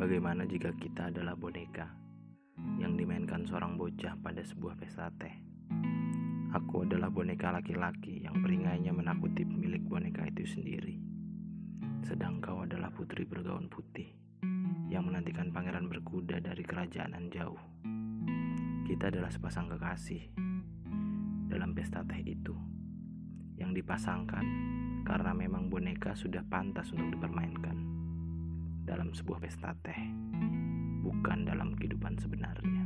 Bagaimana jika kita adalah boneka yang dimainkan seorang bocah pada sebuah pesta teh? Aku adalah boneka laki-laki yang peringainya menakuti pemilik boneka itu sendiri. Sedang kau adalah putri bergaun putih yang menantikan pangeran berkuda dari kerajaan jauh. Kita adalah sepasang kekasih dalam pesta teh itu, yang dipasangkan karena memang boneka sudah pantas untuk dipermainkan dalam sebuah pesta teh, bukan dalam kehidupan sebenarnya.